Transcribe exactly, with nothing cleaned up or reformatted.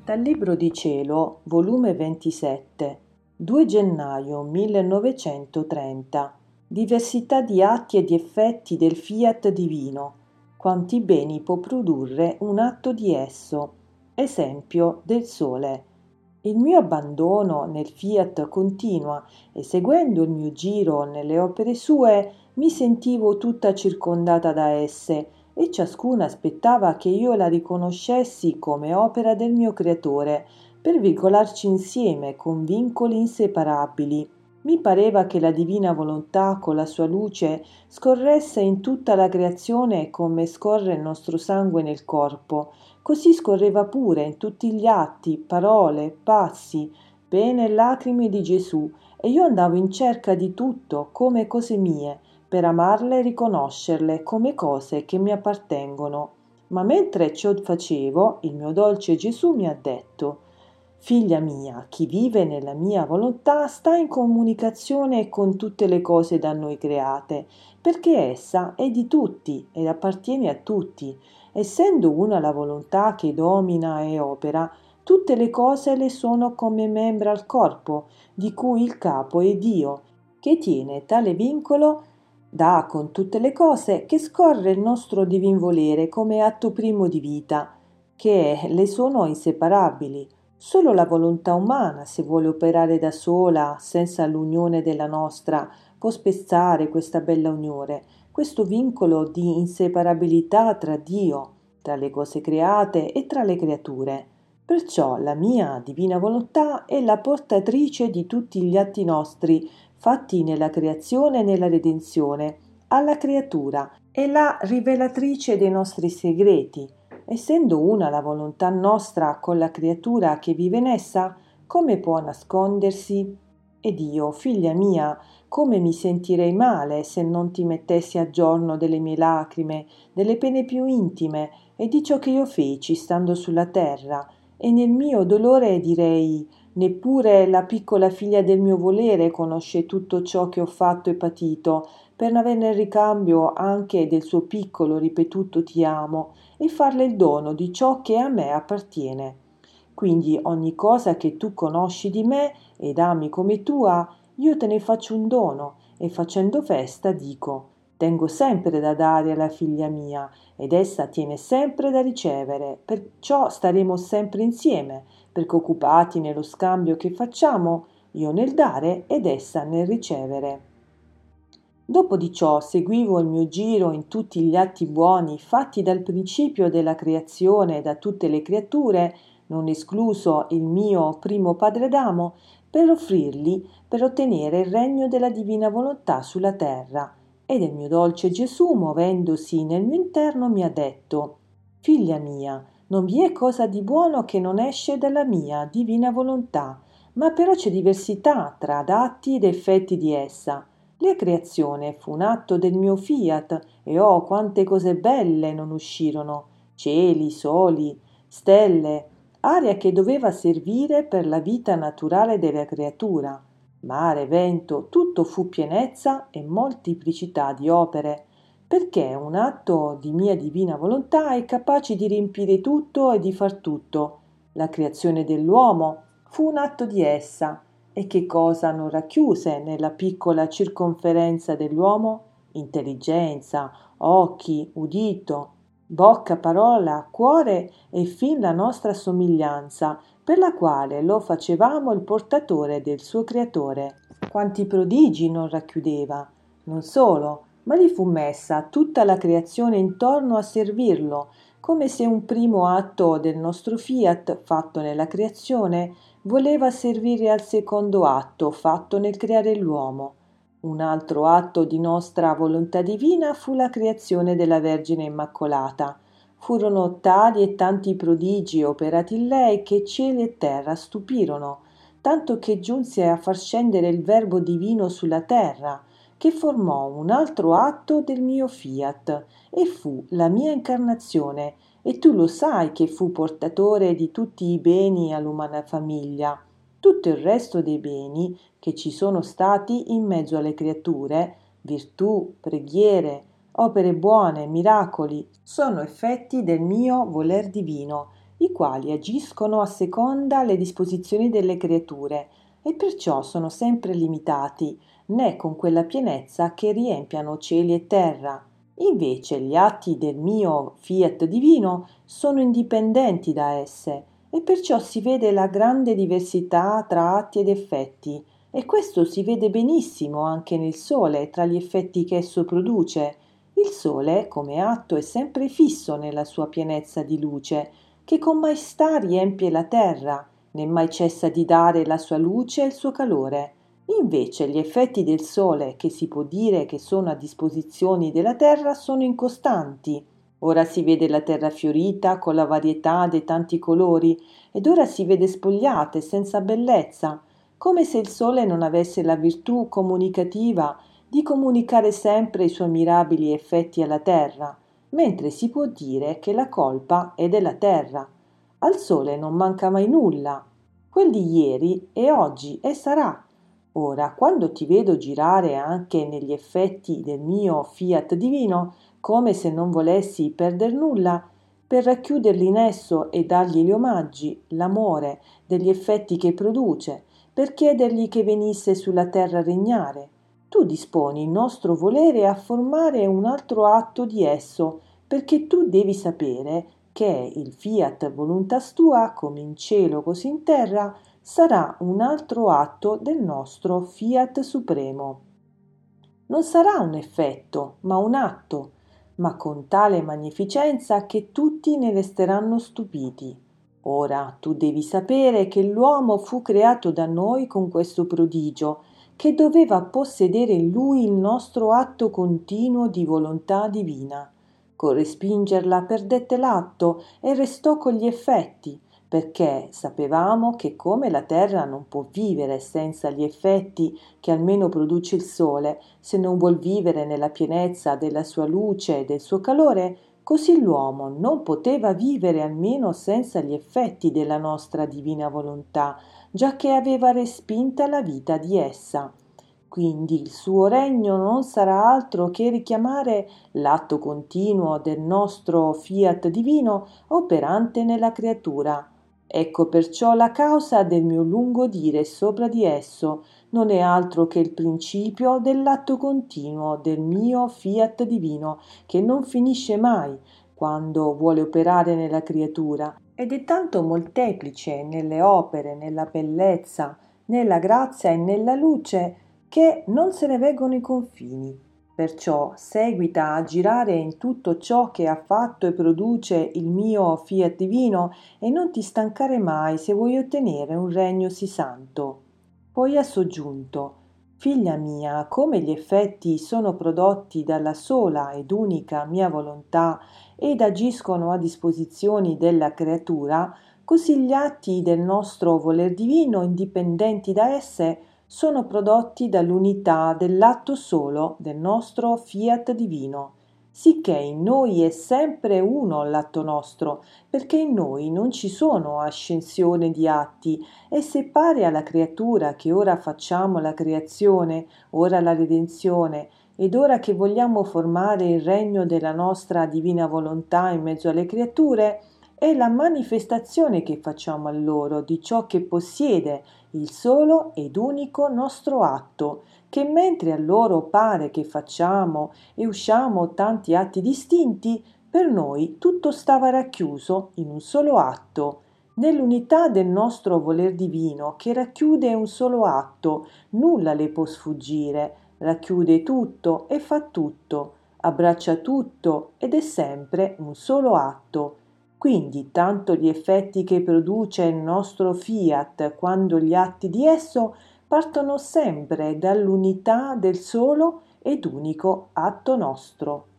Dal Libro di Cielo, volume ventisette, due gennaio millenovecentotrenta. Diversità di atti e di effetti del fiat divino. Quanti beni può produrre un atto di esso. Esempio del Sole. Il mio abbandono nel fiat continua e seguendo il mio giro nelle opere sue mi sentivo tutta circondata da esse e ciascuna aspettava che io la riconoscessi come opera del mio creatore, per vincolarci insieme con vincoli inseparabili. Mi pareva che la divina volontà con la sua luce scorresse in tutta la creazione come scorre il nostro sangue nel corpo, così scorreva pure in tutti gli atti, parole, passi, pene e lacrime di Gesù, e io andavo in cerca di tutto come cose mie, per amarle e riconoscerle come cose che mi appartengono. Ma mentre ciò facevo, il mio dolce Gesù mi ha detto: «Figlia mia, chi vive nella mia volontà sta in comunicazione con tutte le cose da noi create, perché essa è di tutti ed appartiene a tutti. Essendo una la volontà che domina e opera, tutte le cose le sono come membra al corpo, di cui il capo è Dio, che tiene tale vincolo da con tutte le cose che scorre il nostro divin volere come atto primo di vita, che le sono inseparabili. Solo la volontà umana, se vuole operare da sola, senza l'unione della nostra, può spezzare questa bella unione, questo vincolo di inseparabilità tra Dio, tra le cose create e tra le creature. Perciò la mia divina volontà è la portatrice di tutti gli atti nostri, fatti nella creazione e nella redenzione, alla creatura, è la rivelatrice dei nostri segreti. Essendo una la volontà nostra con la creatura che vive in essa, come può nascondersi? Ed io, figlia mia, come mi sentirei male se non ti mettessi a giorno delle mie lacrime, delle pene più intime e di ciò che io feci stando sulla terra, e nel mio dolore direi: neppure la piccola figlia del mio volere conosce tutto ciò che ho fatto e patito, per averne il ricambio anche del suo piccolo ripetuto ti amo, e farle il dono di ciò che a me appartiene. Quindi ogni cosa che tu conosci di me ed ami come tua, io te ne faccio un dono, e facendo festa dico: tengo sempre da dare alla figlia mia, ed essa tiene sempre da ricevere, perciò staremo sempre insieme, perché occupati nello scambio che facciamo, io nel dare ed essa nel ricevere. Dopo di ciò seguivo il mio giro in tutti gli atti buoni fatti dal principio della creazione da tutte le creature, non escluso il mio primo padre Adamo, per offrirli per ottenere il regno della divina volontà sulla terra. Ed il mio dolce Gesù, muovendosi nel mio interno, mi ha detto: «Figlia mia, non vi è cosa di buono che non esce dalla mia divina volontà, ma però c'è diversità tra atti ed effetti di essa. La creazione fu un atto del mio fiat, e oh, quante cose belle non uscirono: cieli, soli, stelle, aria che doveva servire per la vita naturale della creatura, mare, vento, tutto fu pienezza e molteplicità di opere, perché un atto di mia divina volontà è capace di riempire tutto e di far tutto. La creazione dell'uomo fu un atto di essa, e che cosa non racchiuse nella piccola circonferenza dell'uomo? Intelligenza, occhi, udito, bocca, parola, cuore e fin la nostra somiglianza, per la quale lo facevamo il portatore del suo creatore. Quanti prodigi non racchiudeva! Non solo, ma gli fu messa tutta la creazione intorno a servirlo, come se un primo atto del nostro fiat fatto nella creazione voleva servire al secondo atto fatto nel creare l'uomo. Un altro atto di nostra volontà divina fu la creazione della Vergine Immacolata. Furono tali e tanti prodigi operati in lei che cieli e terra stupirono, tanto che giunse a far scendere il Verbo divino sulla terra, che formò un altro atto del mio fiat, e fu la mia incarnazione, e tu lo sai che fu portatore di tutti i beni all'umana famiglia. Tutto il resto dei beni che ci sono stati in mezzo alle creature, virtù, preghiere, opere buone, miracoli, sono effetti del mio voler divino. i quali agiscono a seconda le disposizioni delle creature e perciò sono sempre limitati, né con quella pienezza che riempiano cieli e terra. Invece gli atti del mio fiat divino sono indipendenti da esse e perciò si vede la grande diversità tra atti ed effetti, e questo si vede benissimo anche nel Sole tra gli effetti che esso produce. Il Sole, come atto, è sempre fisso nella sua pienezza di luce, che con maestà riempie la terra, né mai cessa di dare la sua luce e il suo calore. Invece gli effetti del Sole, che si può dire che sono a disposizione della terra, sono incostanti. Ora si vede la terra fiorita con la varietà dei tanti colori, ed ora si vede spogliata e senza bellezza, come se il Sole non avesse la virtù comunicativa di comunicare sempre i suoi mirabili effetti alla terra, mentre si può dire che la colpa è della terra. Al Sole non manca mai nulla. Quel di ieri è oggi e sarà. Ora, quando ti vedo girare anche negli effetti del mio fiat divino, come se non volessi perder nulla, per racchiuderli in esso e dargli gli omaggi, l'amore degli effetti che produce, per chiedergli che venisse sulla terra a regnare, tu disponi il nostro volere a formare un altro atto di esso, perché tu devi sapere che il fiat voluntas tua, come in cielo così in terra, sarà un altro atto del nostro fiat supremo. Non sarà un effetto, ma un atto, ma con tale magnificenza che tutti ne resteranno stupiti. Ora tu devi sapere che l'uomo fu creato da noi con questo prodigio, che doveva possedere in lui il nostro atto continuo di volontà divina. Con respingerla perdette l'atto e restò con gli effetti, perché sapevamo che come la terra non può vivere senza gli effetti che almeno produce il sole, se non vuol vivere nella pienezza della sua luce e del suo calore, così l'uomo non poteva vivere almeno senza gli effetti della nostra divina volontà, giacché aveva respinta la vita di essa. Quindi il suo regno non sarà altro che richiamare l'atto continuo del nostro fiat divino operante nella creatura. Ecco perciò la causa del mio lungo dire sopra di esso non è altro che il principio dell'atto continuo del mio fiat divino, che non finisce mai quando vuole operare nella creatura, ed è tanto molteplice nelle opere, nella bellezza, nella grazia e nella luce, che non se ne veggono i confini. Perciò seguita a girare in tutto ciò che ha fatto e produce il mio fiat divino e non ti stancare mai se vuoi ottenere un regno sì santo. Poi ha soggiunto: figlia mia, come gli effetti sono prodotti dalla sola ed unica mia volontà ed agiscono a disposizioni della creatura, così gli atti del nostro voler divino, indipendenti da esse, sono prodotti dall'unità dell'atto solo del nostro fiat divino, sicché in noi è sempre uno l'atto nostro, perché in noi non ci sono ascensione di atti, e se pare alla creatura che ora facciamo la creazione, ora la redenzione, ed ora che vogliamo formare il regno della nostra divina volontà in mezzo alle creature, è la manifestazione che facciamo a loro di ciò che possiede il solo ed unico nostro atto, che mentre a loro pare che facciamo e usciamo tanti atti distinti, per noi tutto stava racchiuso in un solo atto, nell'unità del nostro voler divino, che racchiude un solo atto, nulla le può sfuggire, racchiude tutto e fa tutto, abbraccia tutto ed è sempre un solo atto. Quindi tanto gli effetti che produce il nostro fiat quando gli atti di esso partono sempre dall'unità del solo ed unico atto nostro.